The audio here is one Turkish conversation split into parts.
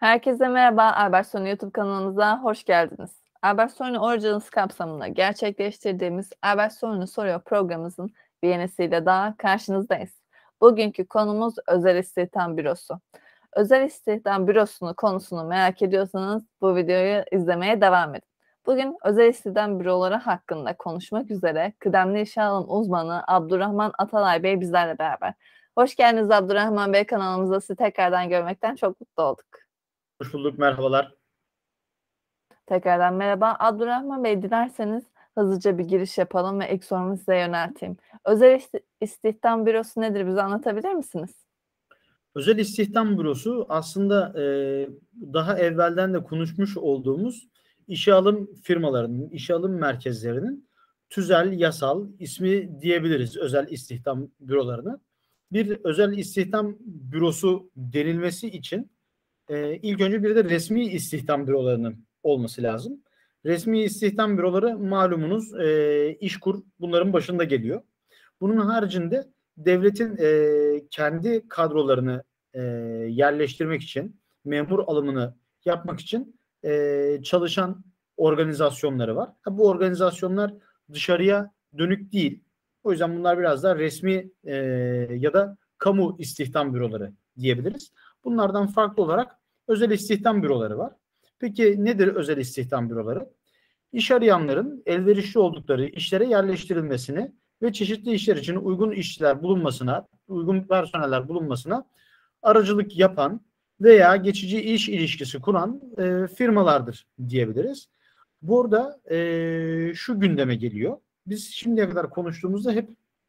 Herkese merhaba, Albert Sonu YouTube kanalımıza hoş geldiniz. Albert Sonu Origins kapsamında gerçekleştirdiğimiz Albert Sonu Soruyor programımızın bir yenisiyle daha karşınızdayız. Bugünkü konumuz özel istihdam bürosu. Özel istihdam bürosunu konusunu merak ediyorsanız bu videoyu izlemeye devam edin. Bugün özel istihdam büroları hakkında konuşmak üzere kıdemli işe alım uzmanı Abdurrahman Atalay Bey bizlerle beraber. Hoş geldiniz Abdurrahman Bey, kanalımıza sizi tekrardan görmekten çok mutlu olduk. Hoş bulduk, merhabalar. Tekrardan merhaba. Abdurrahman Bey, dilerseniz hızlıca bir giriş yapalım ve ilk sorumu size yönelteyim. Özel istihdam bürosu nedir? Bize anlatabilir misiniz? Özel istihdam bürosu aslında daha evvelden de konuşmuş olduğumuz işe alım firmalarının, işe alım merkezlerinin tüzel, yasal ismi diyebiliriz özel istihdam bürolarına. Bir özel istihdam bürosu denilmesi için ilk önce bir de resmi istihdam bürolarının olması lazım. Resmi istihdam büroları malumunuz İşkur bunların başında geliyor. Bunun haricinde devletin kendi kadrolarını yerleştirmek için, memur alımını yapmak için çalışan organizasyonları var. Bu organizasyonlar dışarıya dönük değil. O yüzden bunlar biraz daha resmi ya da kamu istihdam büroları diyebiliriz. Bunlardan farklı olarak özel istihdam büroları var. Peki nedir özel istihdam büroları? İş arayanların elverişli oldukları işlere yerleştirilmesini ve çeşitli işler için uygun işçiler bulunmasına, uygun personeller bulunmasına aracılık yapan veya geçici iş ilişkisi kuran firmalardır diyebiliriz. Burada şu gündeme geliyor. Biz şimdiye kadar konuştuğumuzda hep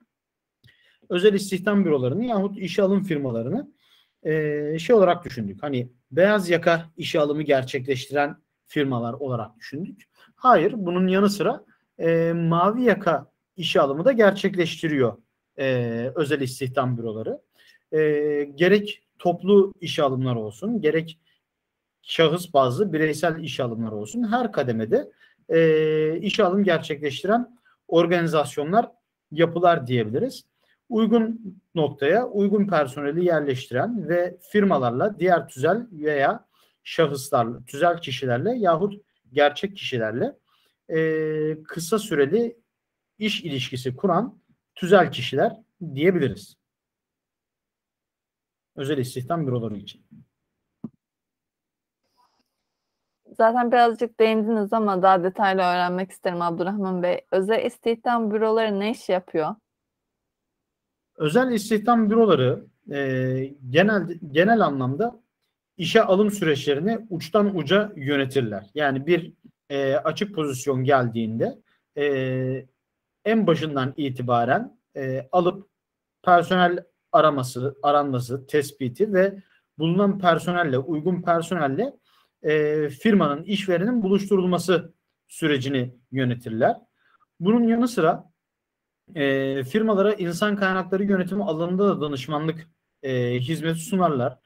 özel istihdam bürolarını yahut işe alım firmalarını şey olarak düşündük. Hani beyaz yaka işe alımı gerçekleştiren firmalar olarak düşündük. Hayır, bunun yanı sıra mavi yaka işe alımı da gerçekleştiriyor özel istihdam büroları. Gerek toplu işe alımlar olsun, gerek şahıs bazlı bireysel işe alımlar olsun, her kademede işe alım gerçekleştiren organizasyonlar, yapılar diyebiliriz. Uygun noktaya uygun personeli yerleştiren ve firmalarla, diğer tüzel veya şahıslarla, tüzel kişilerle yahut gerçek kişilerle kısa süreli iş ilişkisi kuran tüzel kişiler diyebiliriz. Özel istihdam büroları için. Zaten birazcık değindiniz ama daha detaylı öğrenmek isterim Abdurrahman Bey. Özel istihdam büroları ne iş yapıyor? Özel istihdam büroları genel anlamda işe alım süreçlerini uçtan uca yönetirler. Yani bir açık pozisyon geldiğinde en başından itibaren alıp personel aranması, tespiti ve bulunan personelle, uygun personelle firmanın, işverenin buluşturulması sürecini yönetirler. Bunun yanı sıra firmalara insan kaynakları yönetimi alanında da danışmanlık hizmeti sunarlar.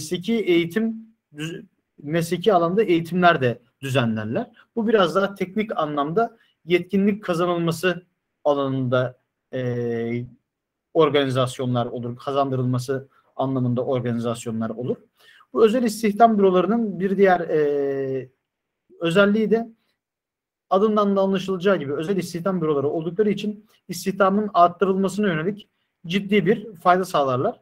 Mesleki alanda eğitimler de düzenlerler. Bu biraz daha teknik anlamda yetkinlik kazanılması alanında organizasyonlar olur, kazandırılması anlamında organizasyonlar olur. Bu özel istihdam bürolarının bir diğer özelliği de adından da anlaşılacağı gibi özel istihdam büroları oldukları için istihdamın arttırılmasına yönelik ciddi bir fayda sağlarlar.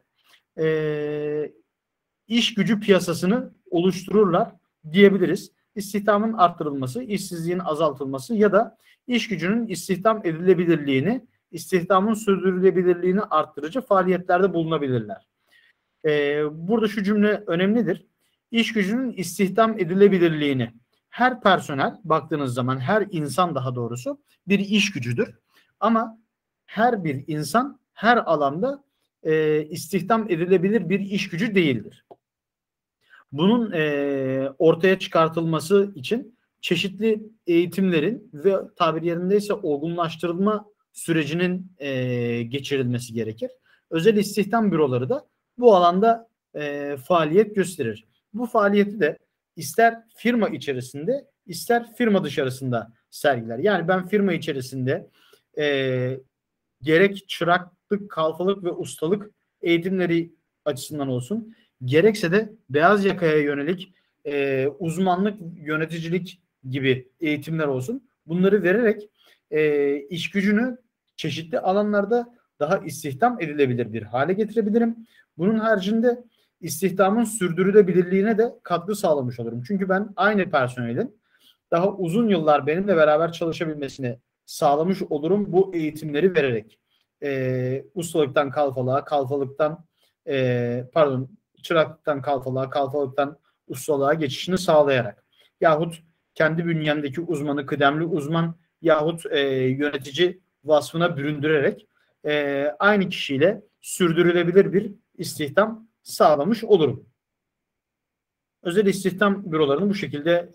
İş gücü piyasasını oluştururlar diyebiliriz. İstihdamın arttırılması, işsizliğin azaltılması ya da iş gücünün istihdam edilebilirliğini, istihdamın sürdürülebilirliğini arttırıcı faaliyetlerde bulunabilirler. Burada şu cümle önemlidir. İş gücünün istihdam edilebilirliğini, her personel baktığınız zaman, her insan daha doğrusu bir iş gücüdür. Ama her bir insan her alanda istihdam edilebilir bir iş gücü değildir. Bunun ortaya çıkartılması için çeşitli eğitimlerin ve tabiri yerindeyse olgunlaştırılma sürecinin geçirilmesi gerekir. Özel istihdam büroları da bu alanda faaliyet gösterir. Bu faaliyeti de ister firma içerisinde ister firma dışarısında sergiler. Yani ben firma içerisinde gerek çıraklık, kalfalık ve ustalık eğitimleri açısından olsun, gerekse de beyaz yakaya yönelik uzmanlık, yöneticilik gibi eğitimler olsun. Bunları vererek iş gücünü çeşitli alanlarda daha istihdam edilebilir bir hale getirebilirim. Bunun haricinde istihdamın sürdürülebilirliğine de katkı sağlamış olurum. Çünkü ben aynı personelin daha uzun yıllar benimle beraber çalışabilmesini sağlamış olurum bu eğitimleri vererek. Ustalıktan kalfalığa, kalfalıktan çıraklıktan kalfalığa, kalfalıktan ustalığa geçişini sağlayarak. Yahut kendi bünyemdeki uzmanı kıdemli uzman yahut yönetici vasfına büründürerek aynı kişiyle sürdürülebilir bir istihdam sağlamış olurum. Özel istihdam bürolarını bu şekilde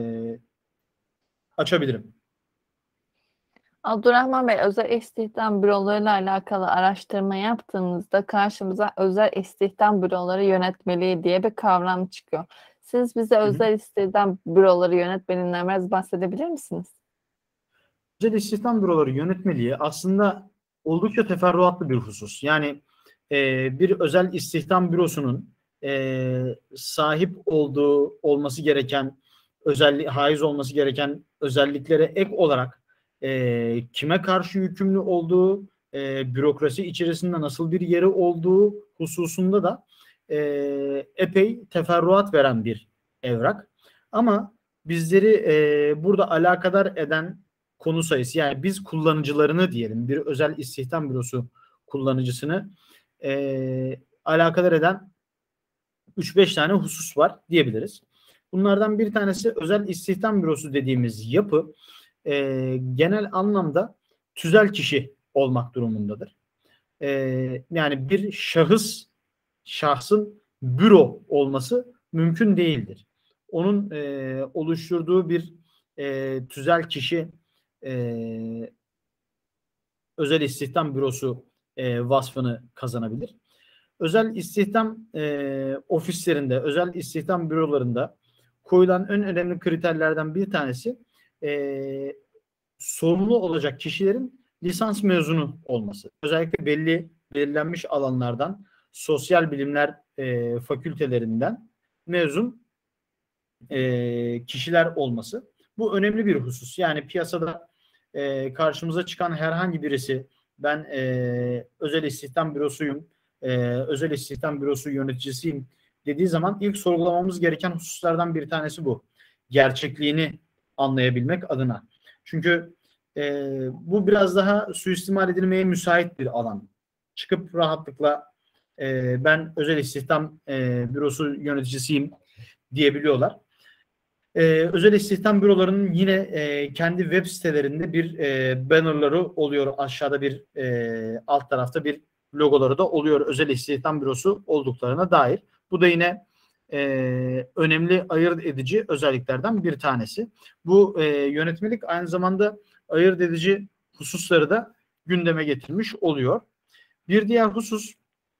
açabilirim. Abdurrahman Bey, özel istihdam bürolarıyla alakalı araştırma yaptığımızda karşımıza özel istihdam büroları yönetmeliği diye bir kavram çıkıyor. Siz bize özel istihdam büroları yönetmeliğinden biraz bahsedebilir misiniz? Özel istihdam büroları yönetmeliği aslında oldukça teferruatlı bir husus. Yani bir özel istihdam bürosunun sahip olması gereken haiz olması gereken özelliklere ek olarak kime karşı yükümlü olduğu, bürokrasi içerisinde nasıl bir yeri olduğu hususunda da epey teferruat veren bir evrak. Ama bizleri burada alakadar eden konu sayısı, yani biz kullanıcılarını diyelim, bir özel istihdam bürosu kullanıcısını alakadar eden 3-5 tane husus var diyebiliriz. Bunlardan bir tanesi özel istihdam bürosu dediğimiz yapı genel anlamda tüzel kişi olmak durumundadır. Yani bir şahsın büro olması mümkün değildir. Onun oluşturduğu bir tüzel kişi özel istihdam bürosu vasfını kazanabilir. Özel istihdam ofislerinde, özel istihdam bürolarında koyulan en önemli kriterlerden bir tanesi sorumlu olacak kişilerin lisans mezunu olması. Özellikle belirlenmiş alanlardan, sosyal bilimler fakültelerinden mezun kişiler olması. Bu önemli bir husus. Yani piyasada karşımıza çıkan herhangi birisi ben özel istihdam bürosuyum, özel istihdam bürosu yöneticisiyim dediği zaman ilk sorgulamamız gereken hususlardan bir tanesi bu. Gerçekliğini anlayabilmek adına. Çünkü bu biraz daha suistimal edilmeye müsait bir alan. Çıkıp rahatlıkla ben özel istihdam bürosu yöneticisiyim diyebiliyorlar. Özel istihdam bürolarının yine kendi web sitelerinde bir bannerları oluyor. Aşağıda bir alt tarafta bir logoları da oluyor. Özel istihdam bürosu olduklarına dair. Bu da yine önemli ayırt edici özelliklerden bir tanesi. Bu yönetmelik aynı zamanda ayırt edici hususları da gündeme getirmiş oluyor. Bir diğer husus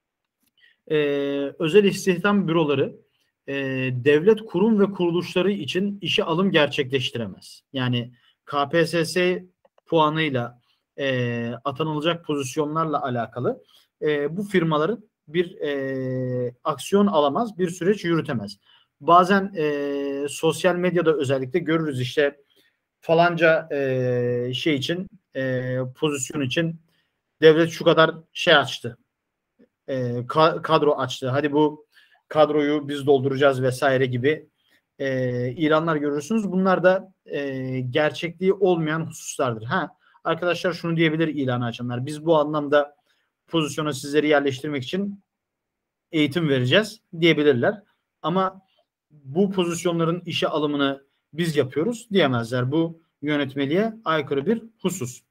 özel istihdam büroları devlet kurum ve kuruluşları için işe alım gerçekleştiremez. Yani KPSS puanıyla atanılacak pozisyonlarla alakalı bu firmaların bir aksiyon alamaz, bir süreç yürütemez. Bazen sosyal medyada özellikle görürüz işte falanca şey için pozisyon için devlet şu kadar şey açtı, kadro açtı. Hadi bu kadroyu biz dolduracağız vesaire gibi ilanlar görürsünüz. Bunlar da gerçekliği olmayan hususlardır. Arkadaşlar şunu diyebilir ilanı açanlar. Biz bu anlamda pozisyona sizleri yerleştirmek için eğitim vereceğiz diyebilirler. Ama bu pozisyonların işe alımını biz yapıyoruz diyemezler. Bu yönetmeliğe aykırı bir husus.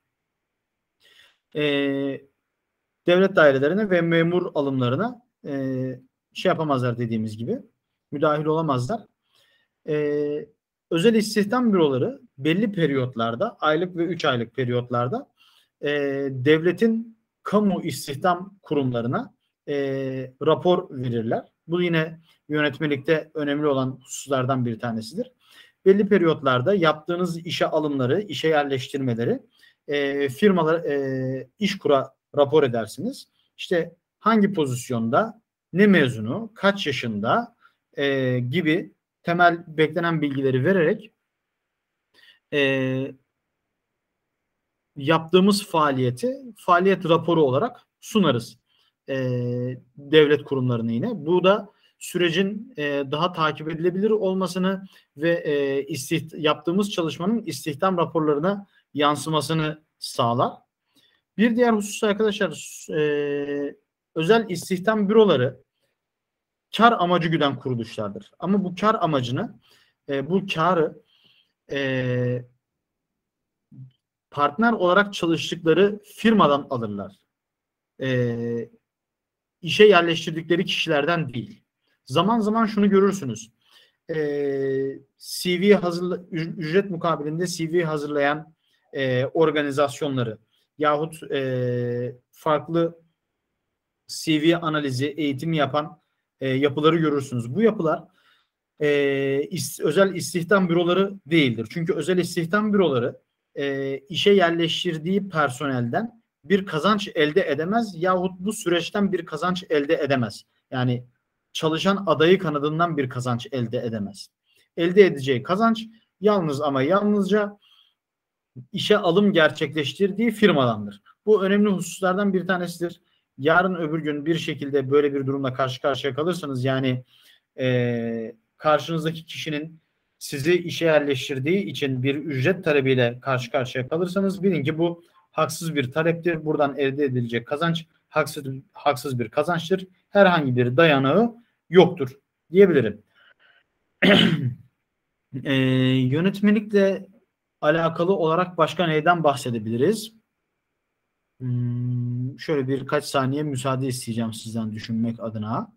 Devlet dairelerine ve memur alımlarına şey yapamazlar dediğimiz gibi. Müdahil olamazlar. Özel istihdam büroları belli periyotlarda, aylık ve 3 aylık periyotlarda devletin kamu istihdam kurumlarına rapor verirler. Bu yine yönetmelikte önemli olan hususlardan bir tanesidir. Belli periyotlarda yaptığınız işe alımları, işe yerleştirmeleri firmalar İşkur'a rapor edersiniz. İşte hangi pozisyonda, ne mezunu, kaç yaşında gibi temel beklenen bilgileri vererek yaptığımız faaliyet raporu olarak sunarız devlet kurumlarına yine. Bu da sürecin daha takip edilebilir olmasını ve yaptığımız çalışmanın istihdam raporlarına yansımasını sağlar. Bir diğer husus arkadaşlar, özel istihdam büroları kar amacı güden kuruluşlardır. Ama bu kar amacını, bu karı partner olarak çalıştıkları firmadan alırlar. İşe yerleştirdikleri kişilerden değil. Zaman zaman şunu görürsünüz. Ücret mukabilinde CV hazırlayan organizasyonları yahut farklı CV analizi, eğitimi yapan yapıları görürsünüz. Bu yapılar özel istihdam büroları değildir. Çünkü özel istihdam büroları işe yerleştirdiği personelden bir kazanç elde edemez yahut bu süreçten bir kazanç elde edemez. Yani çalışan adayı kanadından bir kazanç elde edemez. Elde edeceği kazanç yalnız ama yalnızca işe alım gerçekleştirdiği firmadandır. Bu önemli hususlardan bir tanesidir. Yarın öbür gün bir şekilde böyle bir durumla karşı karşıya kalırsanız, yani karşınızdaki kişinin sizi işe yerleştirdiği için bir ücret talebiyle karşı karşıya kalırsanız bilin ki bu haksız bir taleptir. Buradan elde edilecek kazanç haksız bir kazançtır. Herhangi bir dayanağı yoktur diyebilirim. Yönetmelikle alakalı olarak başka neyden bahsedebiliriz? Şöyle birkaç saniye müsaade isteyeceğim sizden düşünmek adına.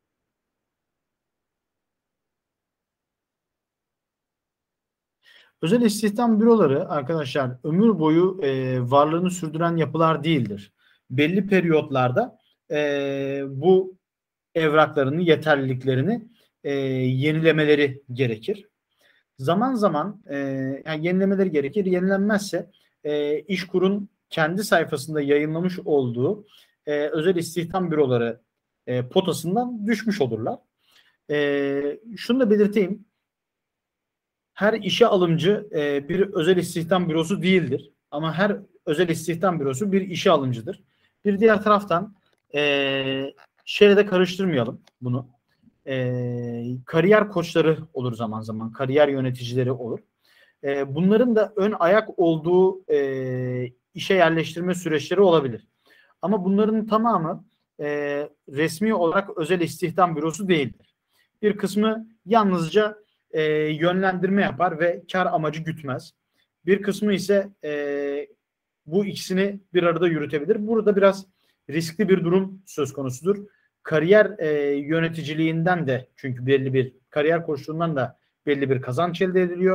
Özel istihdam büroları arkadaşlar ömür boyu varlığını sürdüren yapılar değildir. Belli periyotlarda bu evraklarını, yeterliliklerini yenilemeleri gerekir. Zaman zaman yani yenilemeleri gerekir. Yenilenmezse İşkur'un kendi sayfasında yayınlamış olduğu özel istihdam büroları potasından düşmüş olurlar. Şunu da belirteyim. Her işe alımcı bir özel istihdam bürosu değildir. Ama her özel istihdam bürosu bir işe alımcıdır. Bir diğer taraftan şeyle de karıştırmayalım bunu. Kariyer koçları olur zaman zaman. Kariyer yöneticileri olur. Bunların da ön ayak olduğu işe yerleştirme süreçleri olabilir. Ama bunların tamamı resmi olarak özel istihdam bürosu değildir. Bir kısmı yalnızca yönlendirme yapar ve kar amacı gütmez. Bir kısmı ise bu ikisini bir arada yürütebilir. Burada biraz riskli bir durum söz konusudur. Kariyer yöneticiliğinden de, çünkü belli bir kariyer koçluğundan da belli bir kazanç elde ediliyor.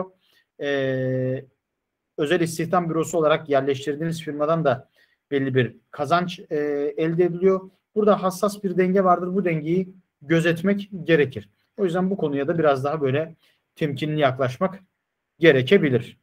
Özel istihdam bürosu olarak yerleştirdiğiniz firmadan da belli bir kazanç elde ediliyor. Burada hassas bir denge vardır. Bu dengeyi gözetmek gerekir. O yüzden bu konuya da biraz daha böyle temkinli yaklaşmak gerekebilir.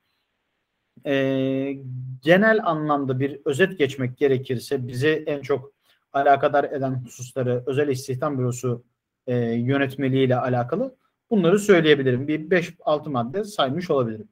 Genel anlamda bir özet geçmek gerekirse bizi en çok alakadar eden hususları özel istihdam bürosu yönetmeliği ile alakalı bunları söyleyebilirim. Bir 5-6 madde saymış olabilirim.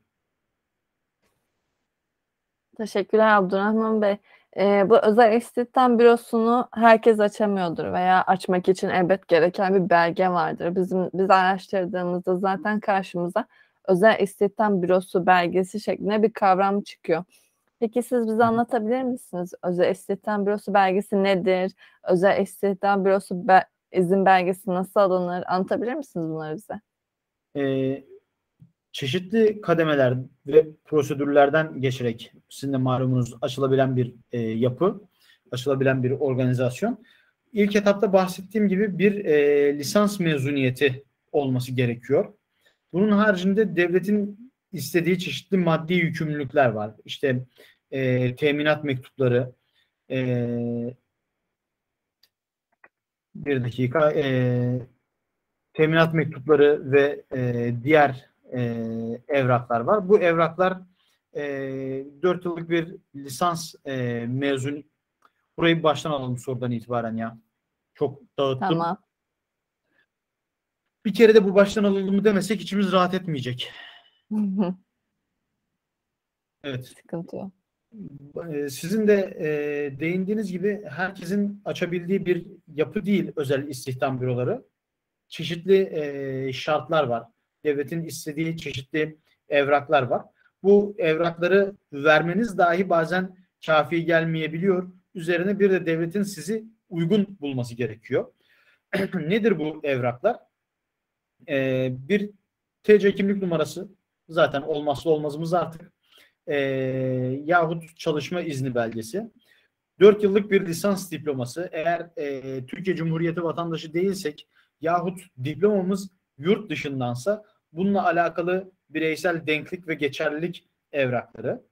Teşekkürler Abdurrahman Bey. Bu özel istihdam bürosunu herkes açamıyordur veya açmak için elbet gereken bir belge vardır. Biz araştırdığımızda zaten karşımıza özel istihdam bürosu belgesi şeklinde bir kavram çıkıyor. Peki siz bize anlatabilir misiniz? Özel istihdam bürosu belgesi nedir? Özel istihdam bürosu izin belgesi nasıl alınır? Anlatabilir misiniz bunları bize? Çeşitli kademeler ve prosedürlerden geçerek sizin de malumunuz açılabilen bir yapı, açılabilen bir organizasyon. İlk etapta bahsettiğim gibi bir lisans mezuniyeti olması gerekiyor. Bunun haricinde devletin istediği çeşitli maddi yükümlülükler var. İşte teminat mektupları, bir dakika, teminat mektupları ve diğer evraklar var. Bu evraklar 4 yıllık bir lisans mezun. Burayı baştan alalım sorudan itibaren ya. Çok dağıttım. Tamam. Bir kere de bu baştan alalım mı demesek içimiz rahat etmeyecek. Evet. Sıkıntı yok. Sizin de değindiğiniz gibi herkesin açabildiği bir yapı değil özel istihdam büroları. Çeşitli şartlar var. Devletin istediği çeşitli evraklar var. Bu evrakları vermeniz dahi bazen kafi gelmeyebiliyor. Üzerine bir de devletin sizi uygun bulması gerekiyor. Nedir bu evraklar? Bir TC kimlik numarası zaten olmazsa olmazımız artık. Yahut çalışma izni belgesi. 4 yıllık bir lisans diploması. Eğer Türkiye Cumhuriyeti vatandaşı değilsek yahut diplomamız yurt dışındansa bununla alakalı bireysel denklik ve geçerlilik evrakları.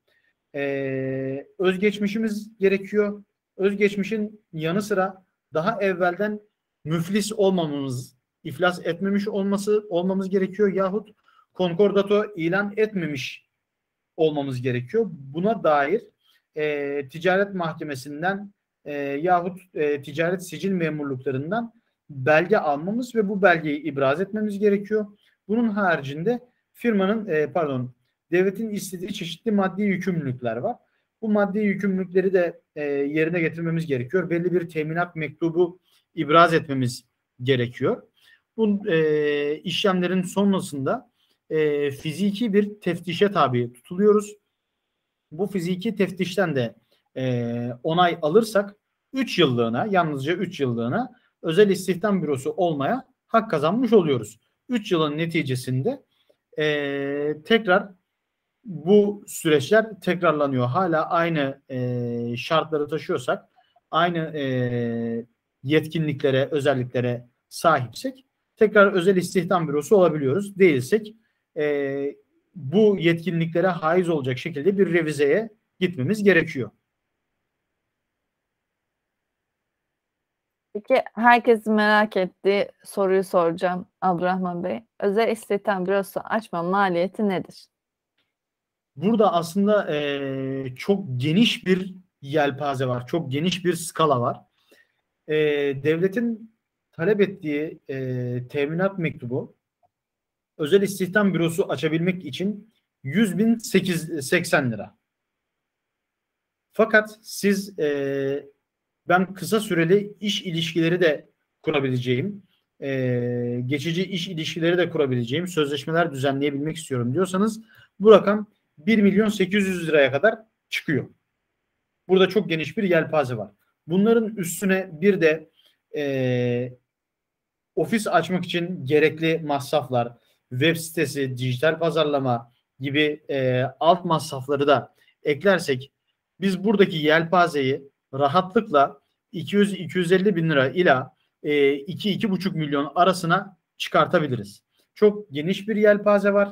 Özgeçmişimiz gerekiyor. Özgeçmişin yanı sıra daha evvelden müflis olmamamız, iflas etmemiş olmamız gerekiyor yahut konkordato ilan etmemiş olmamız gerekiyor. Buna dair ticaret mahkemesinden yahut ticaret sicil memurluklarından belge almamız ve bu belgeyi ibraz etmemiz gerekiyor. Bunun haricinde devletin istediği çeşitli maddi yükümlülükler var. Bu maddi yükümlülükleri de yerine getirmemiz gerekiyor. Belli bir teminat mektubu ibraz etmemiz gerekiyor. Bu işlemlerin sonrasında fiziki bir teftişe tabi tutuluyoruz. Bu fiziki teftişten de onay alırsak 3 yıllığına, yalnızca 3 yıllığına özel istihdam bürosu olmaya hak kazanmış oluyoruz. 3 yılın neticesinde tekrar bu süreçler tekrarlanıyor. Hala aynı şartları taşıyorsak, aynı yetkinliklere, özelliklere sahipsek tekrar özel istihdam bürosu olabiliyoruz. Değilsek bu yetkinliklere haiz olacak şekilde bir revizeye gitmemiz gerekiyor. Peki herkesin merak ettiği soruyu soracağım Abdurrahman Bey. Özel istihdam bürosu açma maliyeti nedir? Burada aslında çok geniş bir yelpaze var. Çok geniş bir skala var. Devletin talep ettiği teminat mektubu özel istihdam bürosu açabilmek için 100.080 lira. Fakat siz ben kısa süreli iş ilişkileri de kurabileceğim, geçici iş ilişkileri de kurabileceğim, sözleşmeler düzenleyebilmek istiyorum diyorsanız bu rakam 1.800.000 liraya kadar çıkıyor. Burada çok geniş bir yelpaze var. Bunların üstüne bir de ofis açmak için gerekli masraflar, web sitesi, dijital pazarlama gibi alt masrafları da eklersek biz buradaki yelpazeyi rahatlıkla 200-250 bin lira ila 2-2,5 milyon arasına çıkartabiliriz. Çok geniş bir yelpaze var.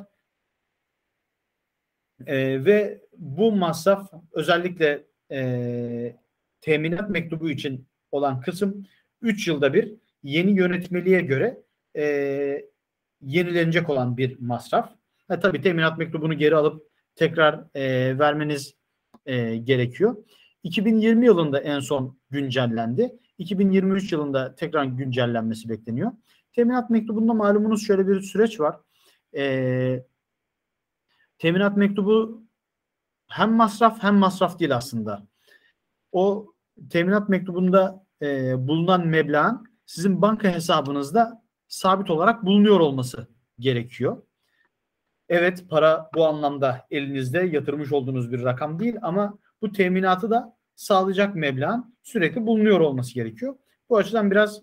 Ve bu masraf özellikle teminat mektubu için olan kısım 3 yılda bir yeni yönetmeliğe göre yenilenecek olan bir masraf. Tabii teminat mektubunu geri alıp tekrar vermeniz gerekiyor. 2020 yılında en son güncellendi. 2023 yılında tekrar güncellenmesi bekleniyor. Teminat mektubunda malumunuz şöyle bir süreç var. Teminat mektubu hem masraf hem masraf değil aslında. O teminat mektubunda bulunan meblağın sizin banka hesabınızda sabit olarak bulunuyor olması gerekiyor. Evet, para bu anlamda elinizde yatırmış olduğunuz bir rakam değil ama bu teminatı da sağlayacak meblağın sürekli bulunuyor olması gerekiyor. Bu açıdan biraz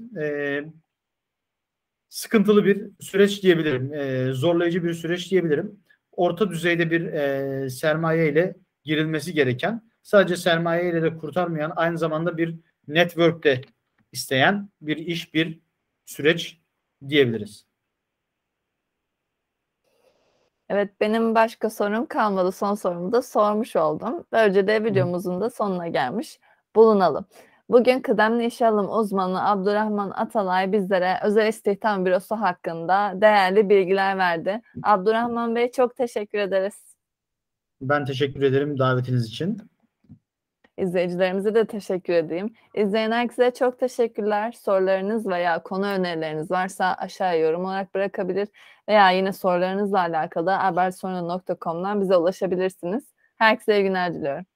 sıkıntılı bir süreç diyebilirim. Zorlayıcı bir süreç diyebilirim. Orta düzeyde bir sermaye ile girilmesi gereken, sadece sermaye ile de kurtarmayan, aynı zamanda bir network de isteyen bir iş, bir süreç diyebiliriz. Evet, benim başka sorum kalmadı. Son sorumu da sormuş oldum. Böylece de videomuzun da sonuna gelmiş bulunalım. Bugün kıdemli işe alım uzmanı Abdurrahman Atalay bizlere özel istihdam bürosu hakkında değerli bilgiler verdi. Abdurrahman Bey, çok teşekkür ederiz. Ben teşekkür ederim davetiniz için. İzleyicilerimize de teşekkür edeyim. İzleyen herkese çok teşekkürler. Sorularınız veya konu önerileriniz varsa aşağıya yorum olarak bırakabilir veya yine sorularınızla alakalı habersorunu.com'dan bize ulaşabilirsiniz. Herkese iyi günler diliyorum.